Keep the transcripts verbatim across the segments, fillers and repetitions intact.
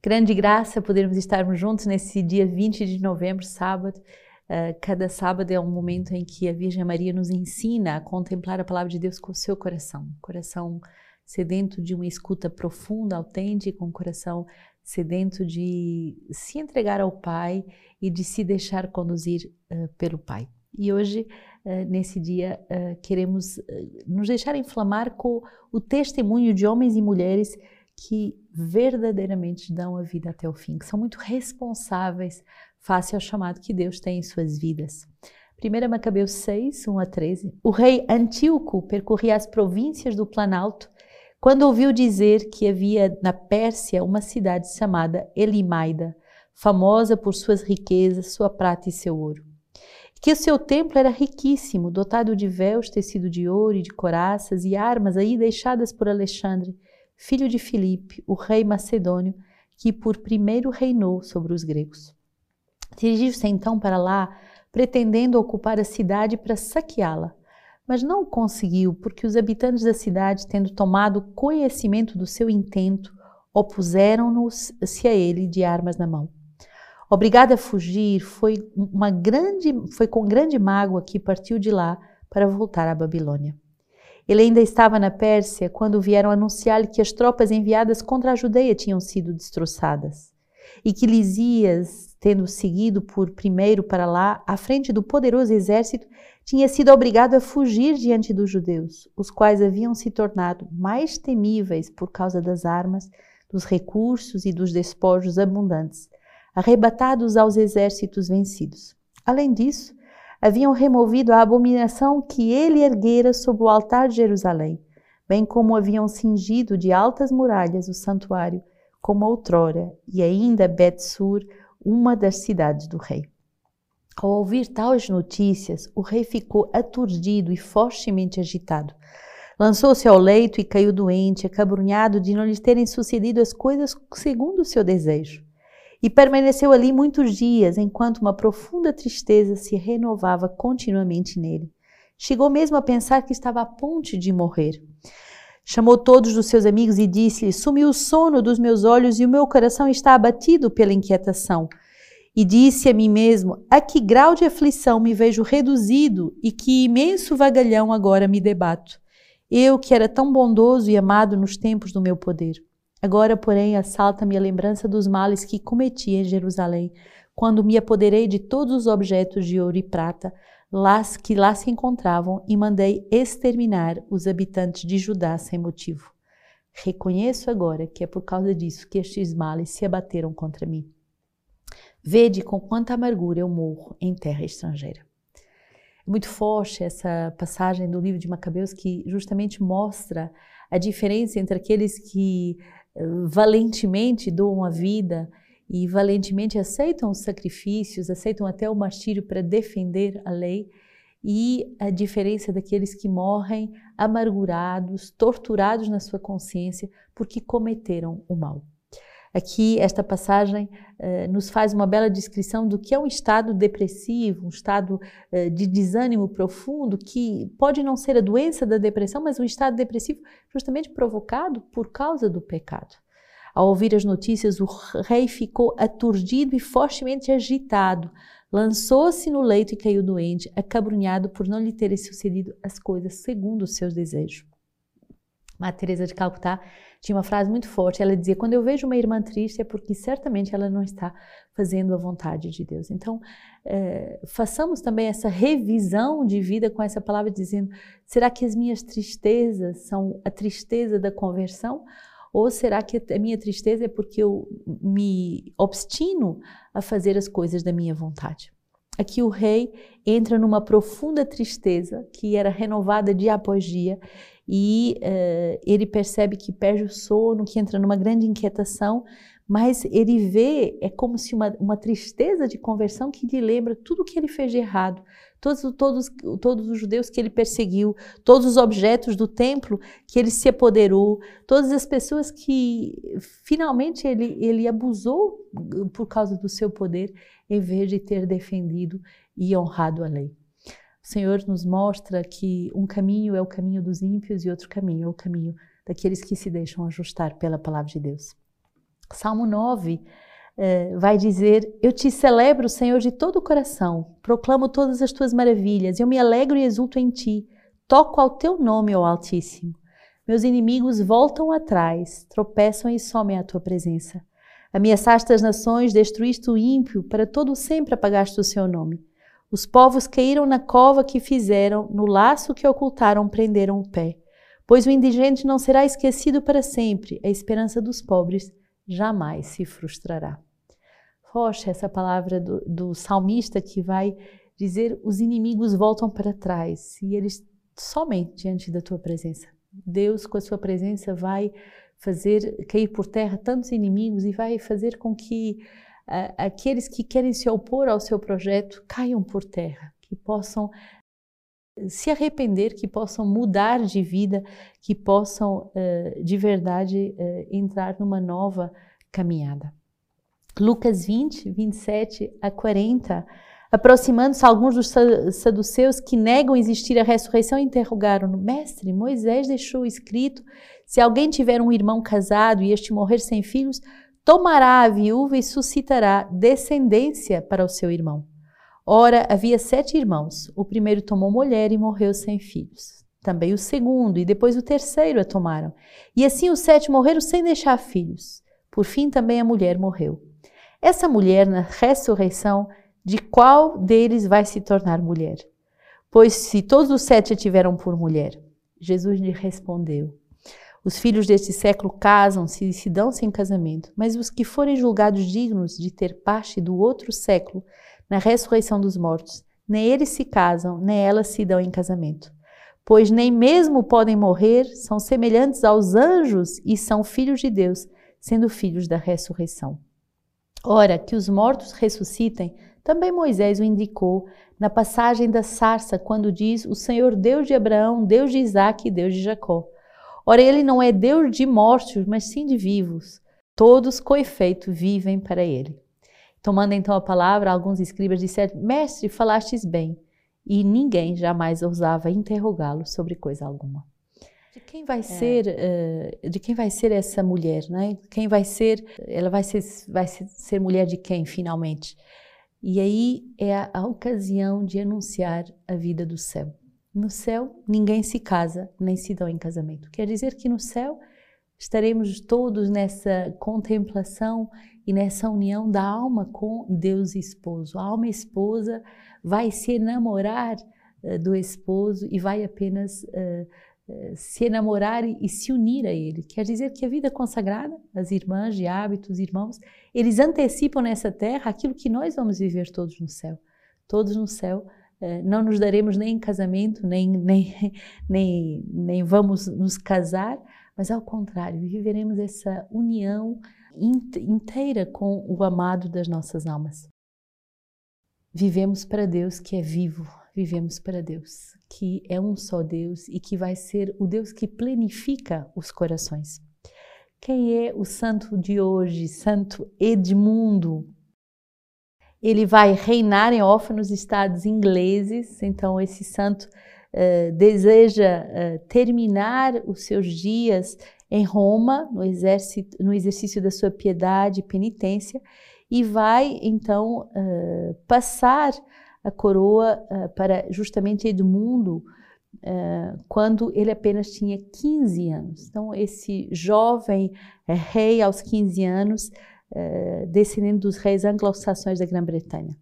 Grande graça podermos estarmos juntos nesse dia vinte de novembro, sábado. Uh, cada sábado é um momento em que a Virgem Maria nos ensina a contemplar a palavra de Deus com o seu coração. Coração sedento de uma escuta profunda, autêntica, um coração sedento de se entregar ao Pai e de se deixar conduzir uh, pelo Pai. E hoje, uh, nesse dia, uh, queremos uh, nos deixar inflamar com o testemunho de homens e mulheres que verdadeiramente dão a vida até o fim, que são muito responsáveis face ao chamado que Deus tem em suas vidas. primeira Macabeus seis, um a treze. O rei Antíoco percorria as províncias do Planalto quando ouviu dizer que havia na Pérsia uma cidade chamada Elimaida, famosa por suas riquezas, sua prata e seu ouro. Que o seu templo era riquíssimo, dotado de véus, tecido de ouro e de coraças e armas aí deixadas por Alexandre, filho de Filipe, o rei macedônio, que por primeiro reinou sobre os gregos. Dirigiu-se então para lá, pretendendo ocupar a cidade para saqueá-la, mas não o conseguiu, porque os habitantes da cidade, tendo tomado conhecimento do seu intento, opuseram-se a ele de armas na mão. Obrigado a fugir, foi, uma grande, foi com grande mágoa que partiu de lá para voltar à Babilônia. Ele ainda estava na Pérsia quando vieram anunciar-lhe que as tropas enviadas contra a Judeia tinham sido destroçadas e que Lisias, tendo seguido por primeiro para lá, à frente do poderoso exército, tinha sido obrigado a fugir diante dos judeus, os quais haviam se tornado mais temíveis por causa das armas, dos recursos e dos despojos abundantes, arrebatados aos exércitos vencidos. Além disso, haviam removido a abominação que ele erguera sobre o altar de Jerusalém, bem como haviam cingido de altas muralhas o santuário, como outrora, e ainda Bet-sur, uma das cidades do rei. Ao ouvir tais notícias, o rei ficou aturdido e fortemente agitado. Lançou-se ao leito e caiu doente, acabrunhado de não lhe terem sucedido as coisas segundo o seu desejo. E permaneceu ali muitos dias, enquanto uma profunda tristeza se renovava continuamente nele. Chegou mesmo a pensar que estava a ponto de morrer. Chamou todos os seus amigos e disse-lhes: sumiu o sono dos meus olhos e o meu coração está abatido pela inquietação. E disse a mim mesmo: a que grau de aflição me vejo reduzido e que imenso vagalhão agora me debato. Eu que era tão bondoso e amado nos tempos do meu poder. Agora, porém, assalta-me a lembrança dos males que cometi em Jerusalém, quando me apoderei de todos os objetos de ouro e prata lá, que lá se encontravam e mandei exterminar os habitantes de Judá sem motivo. Reconheço agora que é por causa disso que estes males se abateram contra mim. Vede com quanta amargura eu morro em terra estrangeira. É muito forte essa passagem do livro de Macabeus que justamente mostra a diferença entre aqueles que valentemente doam a vida e valentemente aceitam os sacrifícios, aceitam até o martírio para defender a lei, e a diferença daqueles que morrem amargurados, torturados na sua consciência porque cometeram o mal. Aqui, esta passagem eh, nos faz uma bela descrição do que é um estado depressivo, um estado eh, de desânimo profundo, que pode não ser a doença da depressão, mas um estado depressivo justamente provocado por causa do pecado. Ao ouvir as notícias, o rei ficou aturdido e fortemente agitado, lançou-se no leito e caiu doente, acabrunhado por não lhe terem sucedido as coisas segundo os seus desejos. Madre Teresa de Calcutá tinha uma frase muito forte, ela dizia: quando eu vejo uma irmã triste é porque certamente ela não está fazendo a vontade de Deus. Então, eh, façamos também essa revisão de vida com essa palavra, dizendo: será que as minhas tristezas são a tristeza da conversão? Ou será que a minha tristeza é porque eu me obstino a fazer as coisas da minha vontade? Aqui o rei entra numa profunda tristeza que era renovada dia após dia, e uh, ele percebe que perde o sono, que entra numa grande inquietação, mas ele vê, é como se uma, uma tristeza de conversão que lhe lembra tudo o que ele fez de errado, todos, todos, todos os judeus que ele perseguiu, todos os objetos do templo que ele se apoderou, todas as pessoas que finalmente ele, ele abusou por causa do seu poder, em vez de ter defendido e honrado a lei. O Senhor nos mostra que um caminho é o caminho dos ímpios e outro caminho é o caminho daqueles que se deixam ajustar pela palavra de Deus. Salmo nove uh, vai dizer: eu te celebro, Senhor, de todo o coração, proclamo todas as tuas maravilhas, eu me alegro e exulto em ti, toco ao teu nome, ó Altíssimo. Meus inimigos voltam atrás, tropeçam e somem à tua presença. Ameaçaste as nações, destruíste o ímpio, para todo sempre apagaste o seu nome. Os povos caíram na cova que fizeram, no laço que ocultaram prenderam o pé. Pois o indigente não será esquecido para sempre, a esperança dos pobres jamais se frustrará. Rocha, essa palavra do, do salmista que vai dizer: os inimigos voltam para trás e eles somem diante da tua presença. Deus, com a sua presença, vai fazer cair por terra tantos inimigos e vai fazer com que uh, aqueles que querem se opor ao seu projeto caiam por terra, que possam se arrepender, que possam mudar de vida, que possam uh, de verdade uh, entrar numa nova caminhada. Lucas vinte, vinte e sete a quarenta. Aproximando-se alguns dos saduceus que negam existir a ressurreição, interrogaram-no: Mestre, Moisés deixou escrito: se alguém tiver um irmão casado e este morrer sem filhos, tomará a viúva e suscitará descendência para o seu irmão. Ora, havia sete irmãos. O primeiro tomou mulher e morreu sem filhos. Também o segundo e depois o terceiro a tomaram. E assim os sete morreram sem deixar filhos. Por fim, também a mulher morreu. Essa mulher, na ressurreição, de qual deles vai se tornar mulher? Pois se todos os sete a tiveram por mulher. Jesus lhe respondeu: os filhos deste século casam-se e se dão-se em casamento, mas os que forem julgados dignos de ter parte do outro século, na ressurreição dos mortos, nem eles se casam, nem elas se dão em casamento. Pois nem mesmo podem morrer, são semelhantes aos anjos e são filhos de Deus, sendo filhos da ressurreição. Ora, que os mortos ressuscitem, também Moisés o indicou na passagem da sarça, quando diz: o Senhor Deus de Abraão, Deus de Isaque e Deus de Jacó. Ora, ele não é Deus de mortos, mas sim de vivos. Todos, com efeito, vivem para ele. Tomando então a palavra, alguns escribas disseram: Mestre, falastes bem. E ninguém jamais ousava interrogá-lo sobre coisa alguma. De quem vai é. ser, uh, de quem vai ser essa mulher, né? Quem vai ser? Ela vai ser, vai ser mulher de quem, finalmente? E aí é a, a ocasião de anunciar a vida do céu. No céu, ninguém se casa, nem se dão em casamento. Quer dizer que no céu estaremos todos nessa contemplação e nessa união da alma com Deus esposo. A alma esposa vai se enamorar uh, do esposo e vai apenas uh, uh, se enamorar e, e se unir a ele. Quer dizer que a vida consagrada, as irmãs de hábitos, irmãos, eles antecipam nessa terra aquilo que nós vamos viver todos no céu. Todos no céu. Uh, não nos daremos nem em casamento, nem, nem, nem, nem vamos nos casar, mas ao contrário, viveremos essa união inteira com o amado das nossas almas. Vivemos para Deus que é vivo, vivemos para Deus que é um só Deus e que vai ser o Deus que plenifica os corações. Quem é o santo de hoje? Santo Edmundo. Ele vai reinar em órfãos estados ingleses, então esse santo uh, deseja uh, terminar os seus dias em Roma, no, exército, no exercício da sua piedade e penitência, e vai então uh, passar a coroa uh, para justamente Edmundo, uh, quando ele apenas tinha quinze anos. Então esse jovem uh, rei aos quinze anos, Uh, descendendo dos reis anglo-saxões da Grã-Bretanha.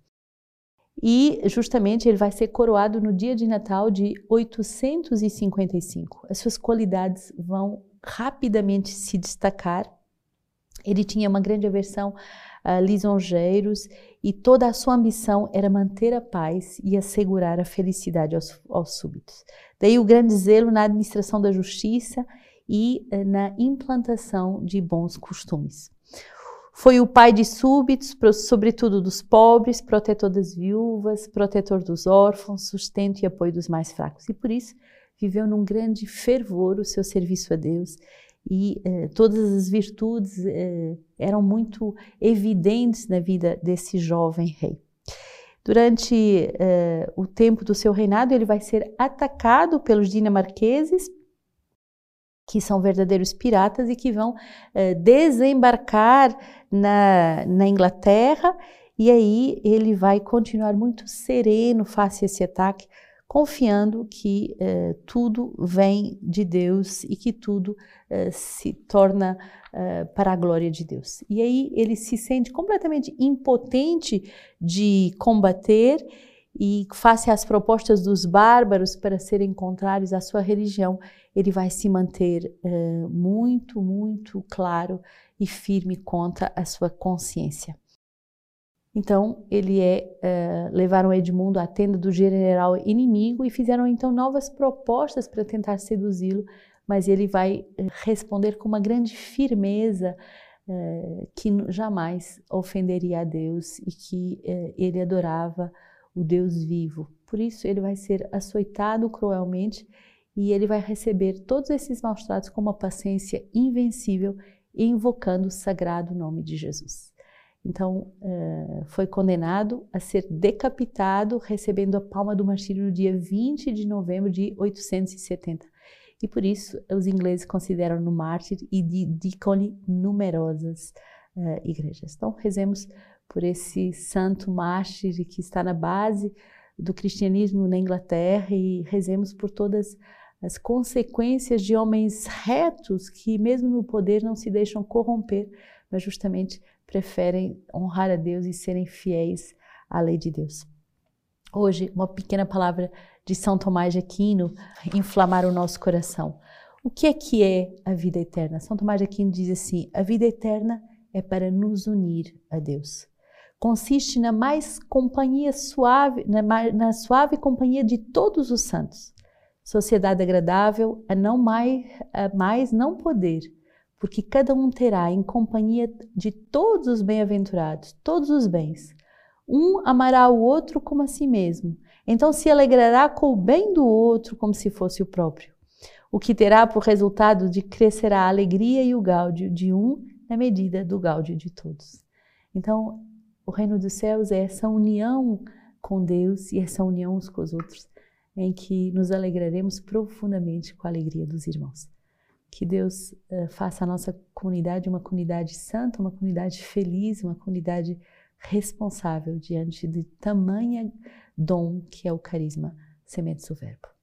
E justamente ele vai ser coroado no dia de Natal de oitocentos e cinquenta e cinco. As suas qualidades vão rapidamente se destacar. Ele tinha uma grande aversão a lisonjeiros e toda a sua ambição era manter a paz e assegurar a felicidade aos, aos súbitos. Daí o grande zelo na administração da justiça e uh, na implantação de bons costumes. Foi o pai de súbitos, sobretudo dos pobres, protetor das viúvas, protetor dos órfãos, sustento e apoio dos mais fracos. E por isso viveu num grande fervor o seu serviço a Deus e eh, todas as virtudes eh, eram muito evidentes na vida desse jovem rei. Durante eh, o tempo do seu reinado, ele vai ser atacado pelos dinamarqueses, que são verdadeiros piratas e que vão uh, desembarcar na, na Inglaterra, e aí ele vai continuar muito sereno face a esse ataque, confiando que uh, tudo vem de Deus e que tudo uh, se torna uh, para a glória de Deus. E aí ele se sente completamente impotente de combater, e face às propostas dos bárbaros para serem contrários à sua religião, ele vai se manter uh, muito, muito claro e firme contra a sua consciência. Então, ele é, uh, levaram Edmundo à tenda do general inimigo e fizeram então novas propostas para tentar seduzi-lo, mas ele vai uh, responder com uma grande firmeza uh, que jamais ofenderia a Deus e que uh, ele adorava o Deus vivo. Por isso, ele vai ser açoitado cruelmente e ele vai receber todos esses maus tratos com uma paciência invencível, invocando o sagrado nome de Jesus. Então, uh, foi condenado a ser decapitado, recebendo a palma do martírio no dia vinte de novembro de oitocentos e setenta. E por isso, os ingleses consideram-no mártir e dedicam-lhe numerosas uh, igrejas. Então, rezemos por esse santo mártir que está na base do cristianismo na Inglaterra, e rezemos por todas as consequências de homens retos que, mesmo no poder, não se deixam corromper, mas justamente preferem honrar a Deus e serem fiéis à lei de Deus. Hoje, uma pequena palavra de São Tomás de Aquino inflamar o nosso coração. O que é que é a vida eterna? São Tomás de Aquino diz assim: a vida eterna é para nos unir a Deus. Consiste na mais companhia suave, na, na suave companhia de todos os santos. Sociedade agradável a não mais, a mais não poder, porque cada um terá em companhia de todos os bem-aventurados, todos os bens. Um amará o outro como a si mesmo, então se alegrará com o bem do outro como se fosse o próprio. O que terá por resultado de crescerá a alegria e o gáudio de um na medida do gáudio de todos. Então, o reino dos céus é essa união com Deus e essa união uns com os outros, em que nos alegraremos profundamente com a alegria dos irmãos. Que Deus uh, faça a nossa comunidade uma comunidade santa, uma comunidade feliz, uma comunidade responsável diante de tamanha dom que é o carisma Sementes do Verbo.